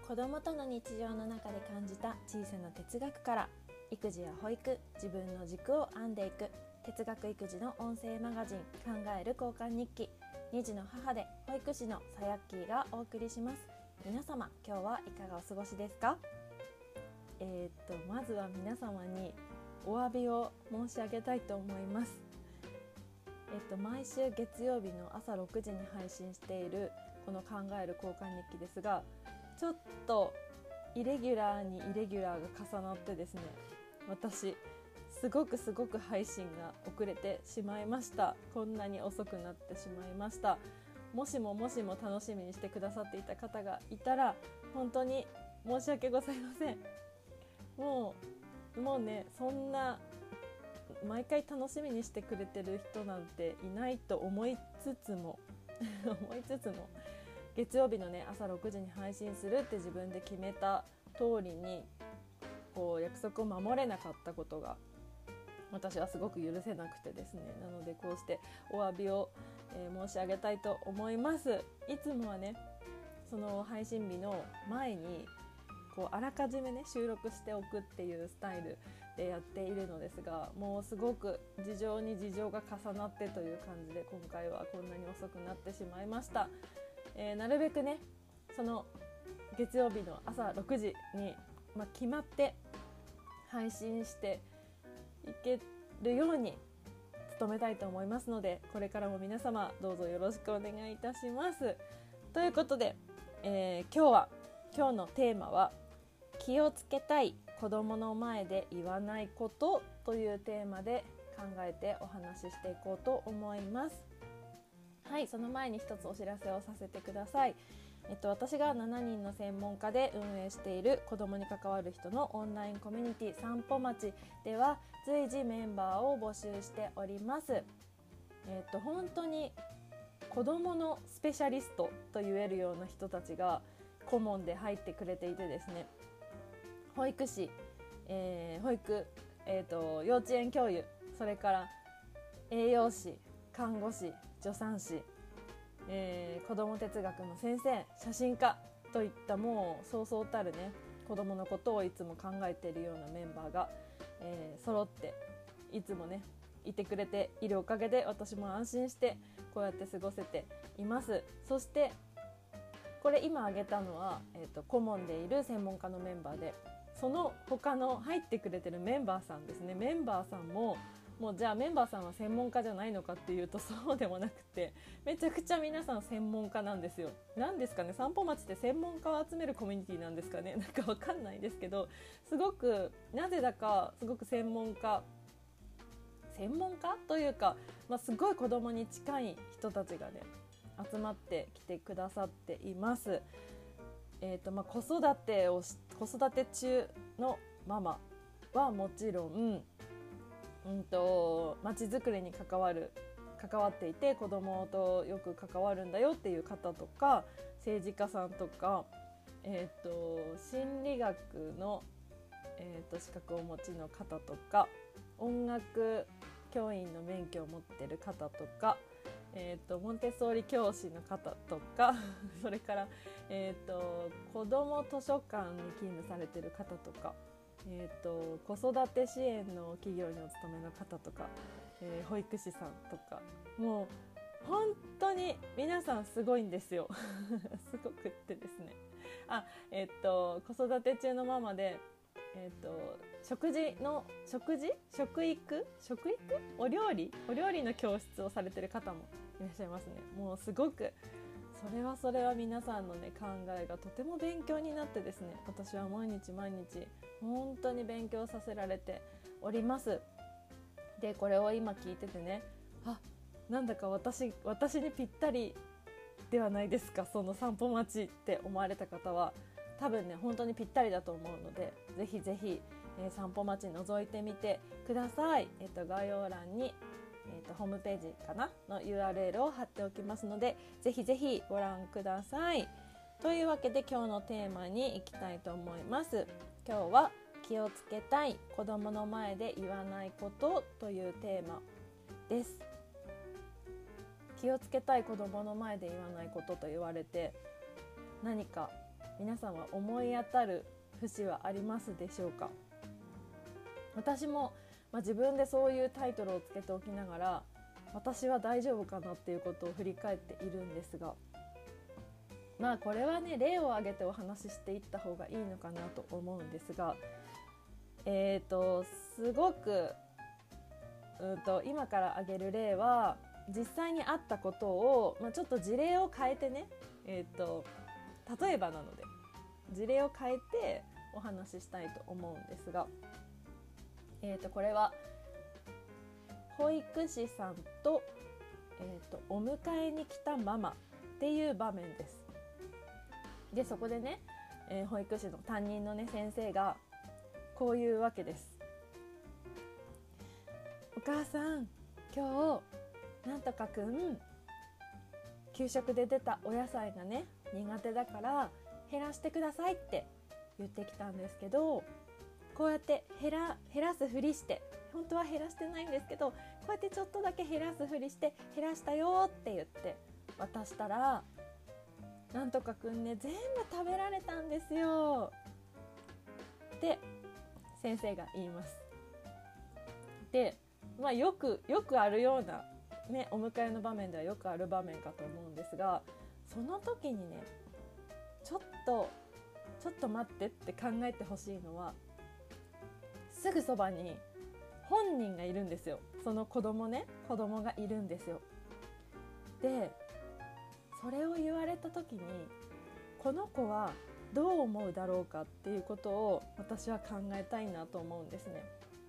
子どもとの日常の中で感じた小さな哲学から育児や保育、自分の軸を編んでいく哲学育児の音声マガジン考える交換日記、2児の母で保育士のさやっきーがお送りします。皆様今日はいかがお過ごしですか？まずは皆様にお詫びを申し上げたいと思います。毎週月曜日の朝6時に配信しているこの考える交換日記ですが、ちょっとイレギュラーが重なってですね、私すごく配信が遅れてしまいました。こんなに遅くなってしまいました。もしも楽しみにしてくださっていた方がいたら本当に申し訳ございません。もうね、そんな毎回楽しみにしてくれてる人なんていないと思いつつも月曜日のね朝6時に配信するって自分で決めた通りに約束を守れなかったことが私はすごく許せなくてですね、なのでこうしてお詫びを、申し上げたいと思います。いつもはねその配信日の前にあらかじめね収録しておくっていうスタイルでやっているのですが、もうすごく事情が重なってという感じで今回はこんなに遅くなってしまいました。なるべくねその月曜日の朝6時に、決まって配信していけるように努めたいと思いますので、これからも皆様どうぞよろしくお願いいたします。ということで、今日のテーマは気をつけたい子どもの前で言わないことというテーマで考えてお話ししていこうと思います。はい、その前に一つお知らせをさせてください。私が7人の専門家で運営している子どもに関わる人のオンラインコミュニティ散歩町では随時メンバーを募集しております。本当に子どものスペシャリストと言えるような人たちが顧問で入ってくれていてですね、保育士、保育、幼稚園教諭、それから栄養士、看護師、助産師、子ども哲学の先生、写真家といったもうそうそうたるね子どものことをいつも考えているようなメンバーが、揃っていつもねいてくれているおかげで私も安心してこうやって過ごせています。そしてこれ今挙げたのは、顧問でいる専門家のメンバーで、その他の入ってくれてるメンバーさんですね。メンバーさんもじゃあメンバーさんは専門家じゃないのかっていうとそうでもなくて、めちゃくちゃ皆さん専門家なんですよ。なんですかね、散歩町って専門家を集めるコミュニティなんですかね、なんかわかんないですけど、すごくなぜだかすごく専門家というか、すごい子供に近い人たちがね集まってきてくださっています。子育て中のママはもちろん、街づくりに関わっていて子供とよく関わるんだよっていう方とか、政治家さんとか、心理学の、資格をお持ちの方とか、音楽教員の免許を持ってる方とか、モンテッソーリ教師の方とかそれから、子ども図書館に勤務されてる方とか、子育て支援の企業にお勤めの方とか、保育士さんとか、もう本当に皆さんすごいんですよすごくってですね、子育て中のママで、食育お料理の教室をされてる方もいらっしゃいますね。もうすごくそれは皆さんのね考えがとても勉強になってですね、私は毎日本当に勉強させられております。でこれを今聞いててね、なんだか私にぴったりではないですか、その散歩待ちって思われた方は多分ね本当にぴったりだと思うので、ぜひ散歩待ち覗いてみてください。概要欄に、ホームページかなの URL を貼っておきますので、ぜひご覧ください。というわけで今日のテーマに行きたいと思います。今日は気をつけたい子供の前で言わないことというテーマです。気をつけたい子供の前で言わないことと言われて何か皆さんは思い当たる節はありますでしょうか？私も、自分でそういうタイトルをつけておきながら、私は大丈夫かなっていうことを振り返っているんですが、これはね、例を挙げてお話ししていった方がいいのかなと思うんですが、すごく今から挙げる例は実際にあったことを、ちょっと事例を変えてね、例えばなので事例を変えてお話ししたいと思うんですが、これは保育士さんと、お迎えに来たママっていう場面です。でそこでね、保育士の担任のね先生がこういうわけです。お母さん、今日なんとかくん給食で出たお野菜がね苦手だから減らしてくださいって言ってきたんですけど、こうやって減らすふりして、本当は減らしてないんですけど、こうやってちょっとだけ減らすふりして減らしたよって言って渡したら、なんとかくんね全部食べられたんですよって先生が言います。で、よくあるような、ね、お迎えの場面ではよくある場面かと思うんですが、その時にねちょっと待ってって考えてほしいのは、すぐそばに本人がいるんですよ。その子供がいるんですよ。でそれを言われた時にこの子はどう思うだろうかっていうことを私は考えたいなと思うんですね。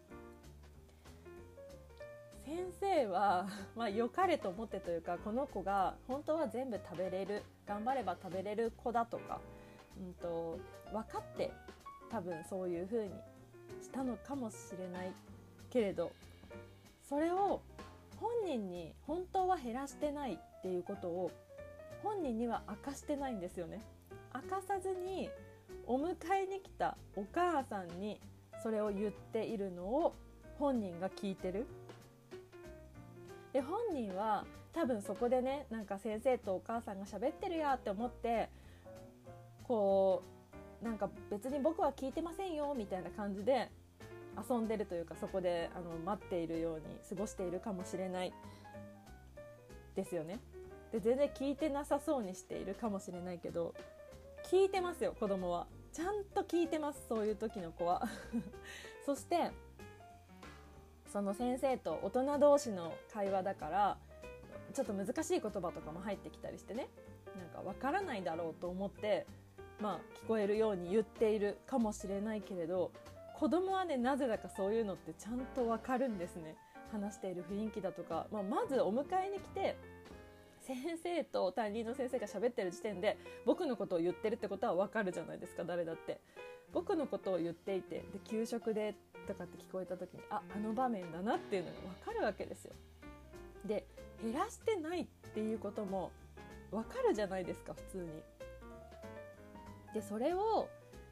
先生は、良かれと思ってというか、この子が本当は全部食べれる、頑張れば食べれる子だとか、分かって多分そういう風にしたのかもしれないけれど、それを本人に本当は減らしてないっていうことを本人には明かしてないんですよね。明かさずにお迎えに来たお母さんにそれを言っているのを本人が聞いてる。で本人は多分そこでね、なんか先生とお母さんが喋ってるやって思って、こうなんか別に僕は聞いてませんよみたいな感じで遊んでるというか、そこで待っているように過ごしているかもしれないですよね。で全然聞いてなさそうにしているかもしれないけど、聞いてますよ。子供はちゃんと聞いてます。そういう時の子はそしてその先生と大人同士の会話だから、ちょっと難しい言葉とかも入ってきたりしてね、なんか分からないだろうと思って、聞こえるように言っているかもしれないけれど、子供はね、なぜだかそういうのってちゃんと分かるんですね。話している雰囲気だとか、まずお迎えに来て先生と担任の先生が喋ってる時点で僕のことを言ってるってことは分かるじゃないですか。誰だって僕のことを言っていて、で給食でとかって聞こえた時にあの場面だなっていうのが分かるわけですよ。で減らしてないっていうことも分かるじゃないですか、普通に。でそれを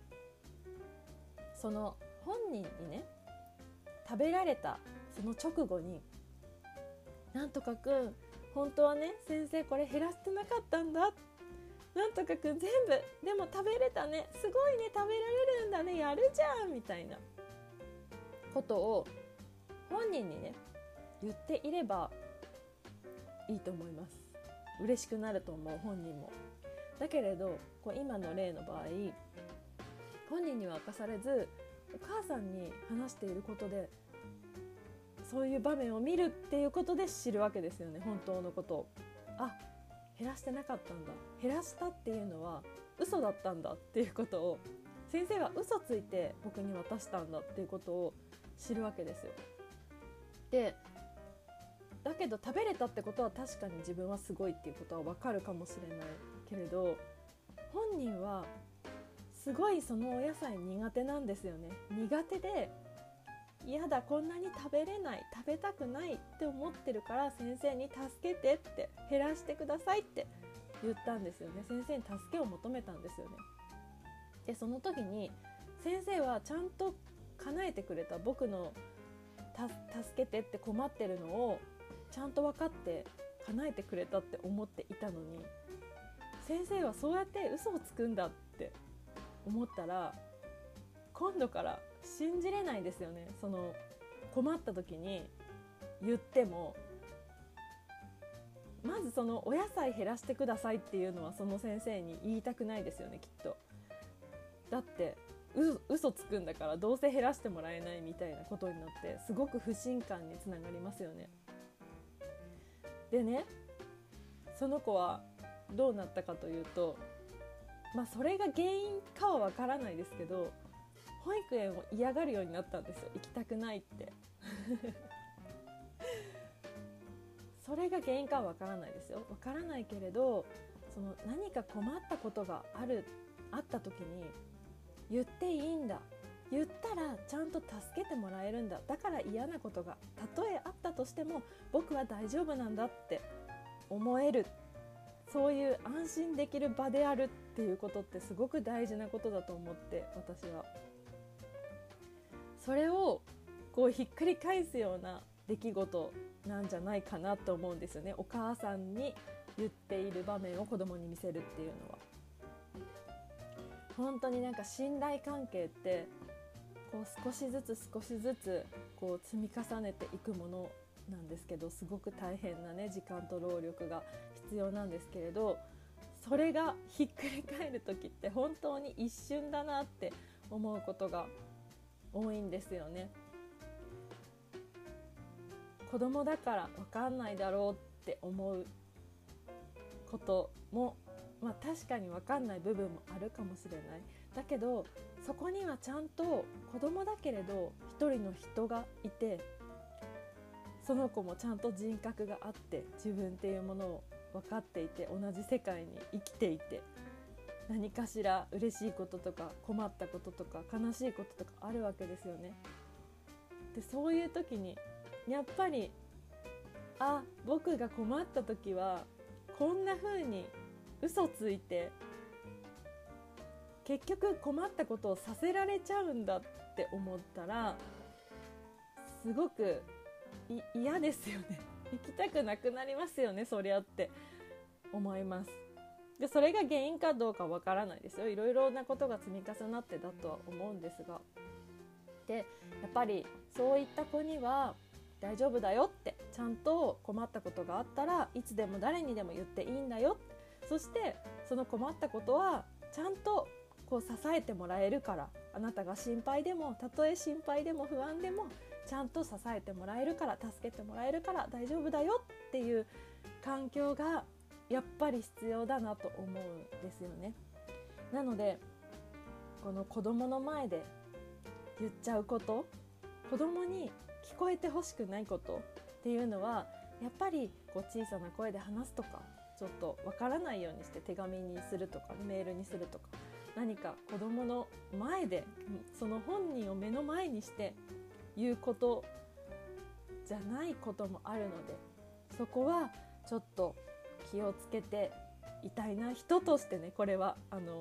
その本人にね、食べられたその直後に、なんとかくん本当はね先生これ減らしてなかったんだ、なんとかくん全部でも食べれたね、すごいね、食べられるんだね、やるじゃんみたいなことを本人にね言っていればいいと思います。嬉しくなると思う、本人も。だけれど今の例の場合、本人には明かされずお母さんに話していることで、そういう場面を見るっていうことで知るわけですよね、本当のことを。あ、減らしてなかったんだ、減らしたっていうのは嘘だったんだっていうことを、先生は嘘ついて僕に渡したんだっていうことを知るわけですよ。でだけど食べれたってことは確かに自分はすごいっていうことは分かるかもしれないけれど、本人はすごいそのお野菜苦手なんですよね。苦手で嫌だ、こんなに食べれない、食べたくないって思ってるから、先生に助けてって、減らしてくださいって言ったんですよね。先生に助けを求めたんですよね。でその時に先生はちゃんと叶えてくれた。僕の助けてって困ってるのをちゃんと分かって叶えてくれたって思っていたのに、先生はそうやって嘘をつくんだって思ったら、今度から信じれないですよね。その困った時に言っても、まずそのお野菜減らしてくださいっていうのはその先生に言いたくないですよね、きっと。だって嘘つくんだから、どうせ減らしてもらえないみたいなことになって、すごく不信感につながりますよね。でね、その子はどうなったかというと、それが原因かはわからないですけど、保育園を嫌がるようになったんですよ。行きたくないってそれが原因かはわからないですよ。わからないけれど、その何か困ったことがあった時に言っていいんだ、言ったらちゃんと助けてもらえるんだ、だから嫌なことがたとえあったとしても僕は大丈夫なんだって思える、そういう安心できる場であるっていうことってすごく大事なことだと思って、私はそれをこうひっくり返すような出来事なんじゃないかなと思うんですよね。お母さんに言っている場面を子供に見せるっていうのは、本当になんか信頼関係ってこう少しずつこう積み重ねていくものなんですけど、すごく大変なね時間と労力が必要なんですけれど、それがひっくり返る時って本当に一瞬だなって思うことが多いんですよね。子供だから分かんないだろうって思うことも、確かに分かんない部分もあるかもしれない。だけどそこにはちゃんと子供だけれど一人の人がいて、その子もちゃんと人格があって、自分っていうものを分かっていて、同じ世界に生きていて、何かしら嬉しいこととか困ったこととか悲しいこととかあるわけですよね。でそういう時にやっぱり僕が困った時はこんな風に嘘ついて結局困ったことをさせられちゃうんだって思ったら、すごく嫌ですよね。行きたくなくなりますよね、そりゃって思います。でそれが原因かどうかわからないですよ。いろいろなことが積み重なってだとは思うんですが、でやっぱりそういった子には大丈夫だよって、ちゃんと困ったことがあったらいつでも誰にでも言っていいんだよ、そしてその困ったことはちゃんとこう支えてもらえるから、あなたが心配でも、たとえ心配でも不安でもちゃんと支えてもらえるから、助けてもらえるから大丈夫だよっていう環境がやっぱり必要だなと思うんですよね。なのでこの子供の前で言っちゃうこと、子供に聞こえてほしくないことっていうのは、やっぱりこう小さな声で話すとか、ちょっとわからないようにして手紙にするとかメールにするとか、何か子供の前でその本人を目の前にして言うことじゃないこともあるので、そこはちょっと気をつけていたいな、人としてね。これは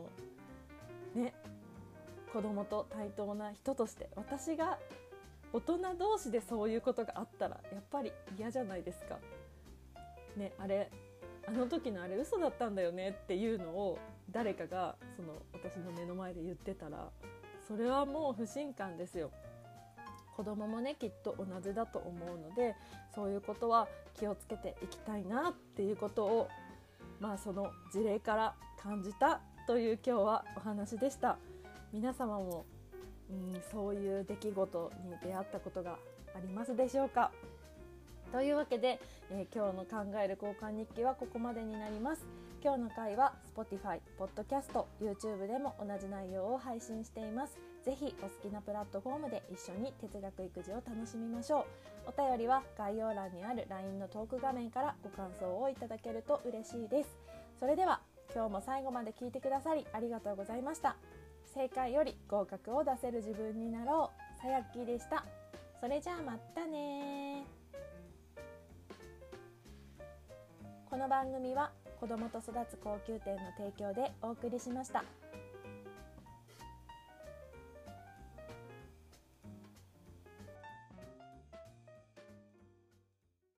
子供と対等な人として、私が大人同士でそういうことがあったらやっぱり嫌じゃないですかね。あの時のあれ嘘だったんだよねっていうのを誰かが私の目の前で言ってたら、それはもう不信感ですよ。子供もねきっと同じだと思うので、そういうことは気をつけていきたいなっていうことを、その事例から感じたという今日はお話でした。皆様もそういう出来事に出会ったことがありますでしょうか。というわけで、今日の考える交換日記はここまでになります。今日の回は Spotify、Podcast、YouTube でも同じ内容を配信しています。ぜひお好きなプラットフォームで一緒に哲学育児を楽しみましょう。お便りは概要欄にある LINE のトーク画面からご感想をいただけると嬉しいです。それでは今日も最後まで聞いてくださりありがとうございました。正解より合格を出せる自分になろう。さやっきーでした。それじゃあまたね。この番組は子どもと育つ高級店の提供でお送りしました。